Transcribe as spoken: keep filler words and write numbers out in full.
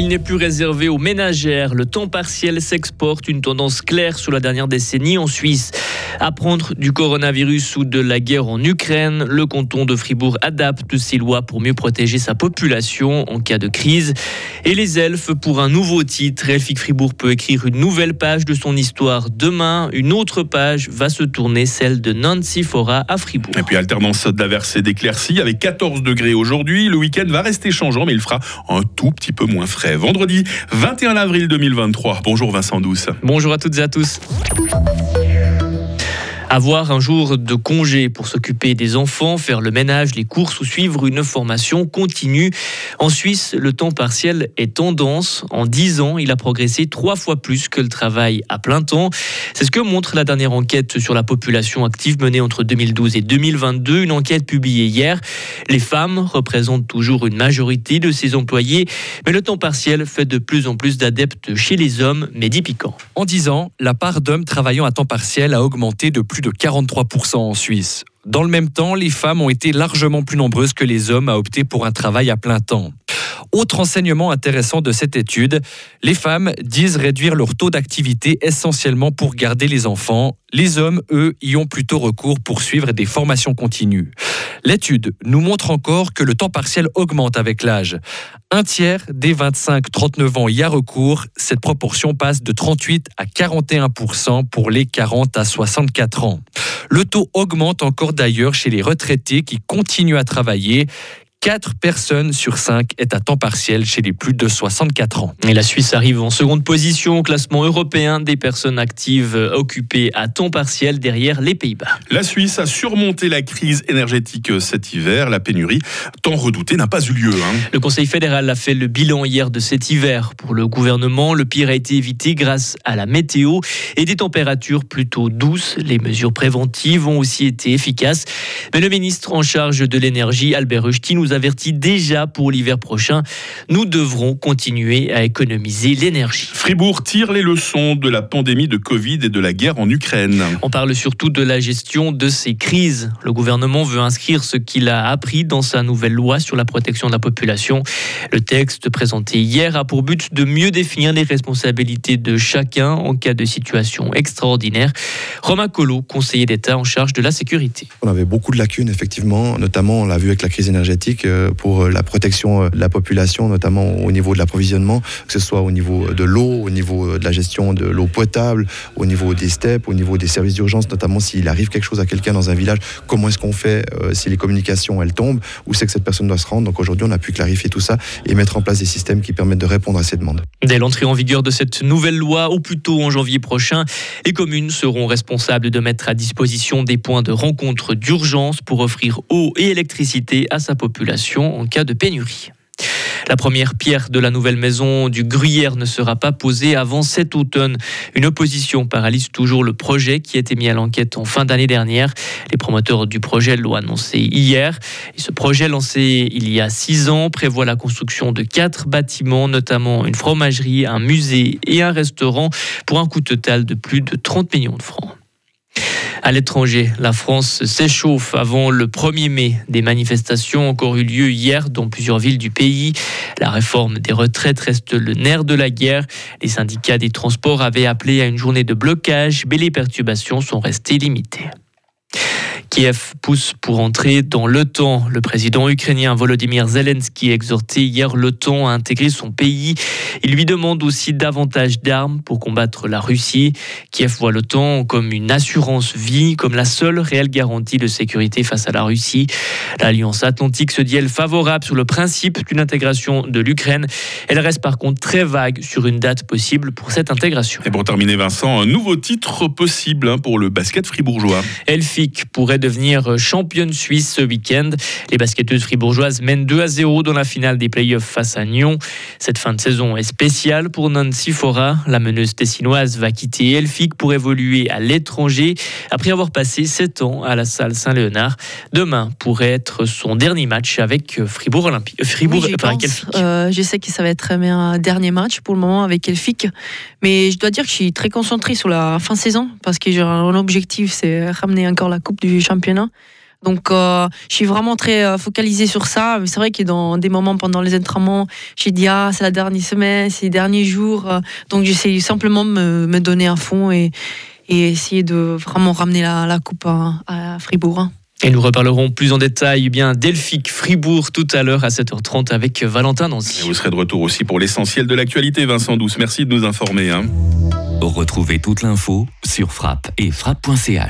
Il n'est plus réservé aux ménagères. Le temps partiel s'exporte, une tendance claire sur la dernière décennie en Suisse. Apprendre du coronavirus ou de la guerre en Ukraine, le canton de Fribourg adapte ses lois pour mieux protéger sa population en cas de crise. Et les elfes pour un nouveau titre. Elfic Fribourg peut écrire une nouvelle page de son histoire. Demain, une autre page va se tourner, celle de Nancy Fora à Fribourg. Et puis alternance d'averses et d'éclaircies avec quatorze degrés aujourd'hui. Le week-end va rester changeant, mais il fera un tout petit peu moins frais. Vendredi vingt et un avril deux mille vingt-trois. Bonjour Vincent Douce. Bonjour à toutes et à tous. Avoir un jour de congé pour s'occuper des enfants, faire le ménage, les courses ou suivre une formation continue. En Suisse, le temps partiel est tendance. En dix ans, il a progressé trois fois plus que le travail à plein temps. C'est ce que montre la dernière enquête sur la population active menée entre deux mille douze et deux mille vingt-deux, une enquête publiée hier. Les femmes représentent toujours une majorité de ces employés, mais le temps partiel fait de plus en plus d'adeptes chez les hommes. Mehdi Piquant. En dix ans, la part d'hommes travaillant à temps partiel a augmenté de plus de quarante-trois pour cent en Suisse. Dans le même temps, les femmes ont été largement plus nombreuses que les hommes à opter pour un travail à plein temps. Autre enseignement intéressant de cette étude, les femmes disent réduire leur taux d'activité essentiellement pour garder les enfants. Les hommes, eux, y ont plutôt recours pour suivre des formations continues. L'étude nous montre encore que le temps partiel augmente avec l'âge. Un tiers des vingt-cinq à trente-neuf ans y a recours. Cette proportion passe de trente-huit à quarante et un pour cent pour les quarante à soixante-quatre ans. Le taux augmente encore d'ailleurs chez les retraités qui continuent à travailler. quatre personnes sur cinq est à temps partiel chez les plus de soixante-quatre ans. Et la Suisse arrive en seconde position au classement européen des personnes actives occupées à temps partiel derrière les Pays-Bas. La Suisse a surmonté la crise énergétique cet hiver. La pénurie tant redoutée n'a pas eu lieu. Hein. Le Conseil fédéral a fait le bilan hier de cet hiver. Pour le gouvernement, le pire a été évité grâce à la météo et des températures plutôt douces. Les mesures préventives ont aussi été efficaces. Mais le ministre en charge de l'énergie, Albert Rösti, nous avertit déjà pour l'hiver prochain. Nous devrons continuer à économiser l'énergie. Fribourg tire les leçons de la pandémie de Covid et de la guerre en Ukraine. On parle surtout de la gestion de ces crises. Le gouvernement veut inscrire ce qu'il a appris dans sa nouvelle loi sur la protection de la population. Le texte présenté hier a pour but de mieux définir les responsabilités de chacun en cas de situation extraordinaire. Romain Collot, conseiller d'État en charge de la sécurité. On avait beaucoup de lacunes, effectivement, notamment on l'a vu avec la crise énergétique pour la protection de la population, notamment au niveau de l'approvisionnement, que ce soit au niveau de l'eau, au niveau de la gestion de l'eau potable, au niveau des steps, au niveau des services d'urgence, notamment s'il arrive quelque chose à quelqu'un dans un village, comment est-ce qu'on fait euh, si les communications elles tombent, où c'est que cette personne doit se rendre. Donc aujourd'hui on a pu clarifier tout ça et mettre en place des systèmes qui permettent de répondre à ces demandes. Dès l'entrée en vigueur de cette nouvelle loi, ou plutôt en janvier prochain, les communes seront responsables de mettre à disposition des points de rencontre d'urgence pour offrir eau et électricité à sa population en cas de pénurie. La première pierre de la nouvelle maison du Gruyère ne sera pas posée avant cet automne. Une opposition paralyse toujours le projet qui a été mis à l'enquête en fin d'année dernière. Les promoteurs du projet l'ont annoncé hier. Et ce projet lancé il y a six ans prévoit la construction de quatre bâtiments, notamment une fromagerie, un musée et un restaurant pour un coût total de plus de trente millions de francs. À l'étranger, la France s'échauffe avant le premier mai. Des manifestations ont encore eu lieu hier dans plusieurs villes du pays. La réforme des retraites reste le nerf de la guerre. Les syndicats des transports avaient appelé à une journée de blocage, mais les perturbations sont restées limitées. Kiev pousse pour entrer dans l'OTAN. Le président ukrainien Volodymyr Zelensky a exhorté hier l'OTAN à intégrer son pays. Il lui demande aussi davantage d'armes pour combattre la Russie. Kiev voit l'OTAN comme une assurance vie, comme la seule réelle garantie de sécurité face à la Russie. L'Alliance Atlantique se dit elle favorable sur le principe d'une intégration de l'Ukraine. Elle reste par contre très vague sur une date possible pour cette intégration. Et pour terminer Vincent, un nouveau titre possible pour le basket fribourgeois. Elfic pourrait devenir championne suisse ce week-end. Les basketteuses fribourgeoises mènent deux à zéro dans la finale des playoffs face à Nyon. Cette fin de saison est spéciale pour Nancy Fora. La meneuse tessinoise va quitter Elfic pour évoluer à l'étranger après avoir passé sept ans à la salle Saint-Léonard. Demain pourrait être son dernier match avec Fribourg Olympique. Fribourg oui, avec Elfic. Euh, je sais que ça va être un dernier match pour le moment avec Elfic, mais je dois dire que je suis très concentré sur la fin de saison parce que j'ai un objectif, c'est ramener encore la coupe du championnat. Donc, euh, je suis vraiment très euh, focalisée sur ça. C'est vrai que dans des moments pendant les entraînements, j'ai dit ah c'est la dernière semaine, c'est les derniers jours. Euh, donc, j'essaie simplement de me, me donner à fond et, et essayer de vraiment ramener la, la coupe à, à Fribourg. Hein. Et nous reparlerons plus en détail bien Delphique Fribourg tout à l'heure à sept heures trente avec Valentin Nancy. Et vous serez de retour aussi pour l'essentiel de l'actualité, Vincent Douce. Merci de nous informer. Hein. Retrouvez toute l'info sur Frappe et frappe point c h.